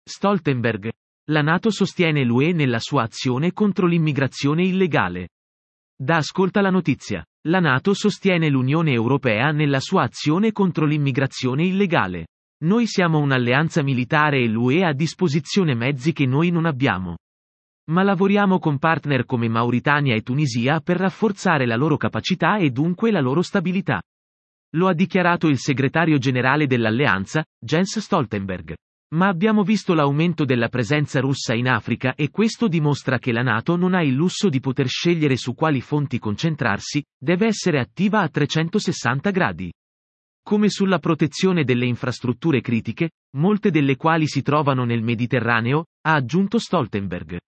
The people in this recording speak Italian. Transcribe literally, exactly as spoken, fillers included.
Stoltenberg. La NATO sostiene l'U E nella sua azione contro l'immigrazione illegale. Da Ascolta la notizia. La NATO sostiene l'Unione Europea nella sua azione contro l'immigrazione illegale. Noi siamo un'alleanza militare e l'U E ha a disposizione mezzi che noi non abbiamo. Ma lavoriamo con partner come Mauritania e Tunisia per rafforzare la loro capacità e dunque la loro stabilità. Lo ha dichiarato il segretario generale dell'alleanza, Jens Stoltenberg. Ma abbiamo visto l'aumento della presenza russa in Africa e questo dimostra che la NATO non ha il lusso di poter scegliere su quali fonti concentrarsi, deve essere attiva a trecentosessanta gradi. Come sulla protezione delle infrastrutture critiche, molte delle quali si trovano nel Mediterraneo, ha aggiunto Stoltenberg.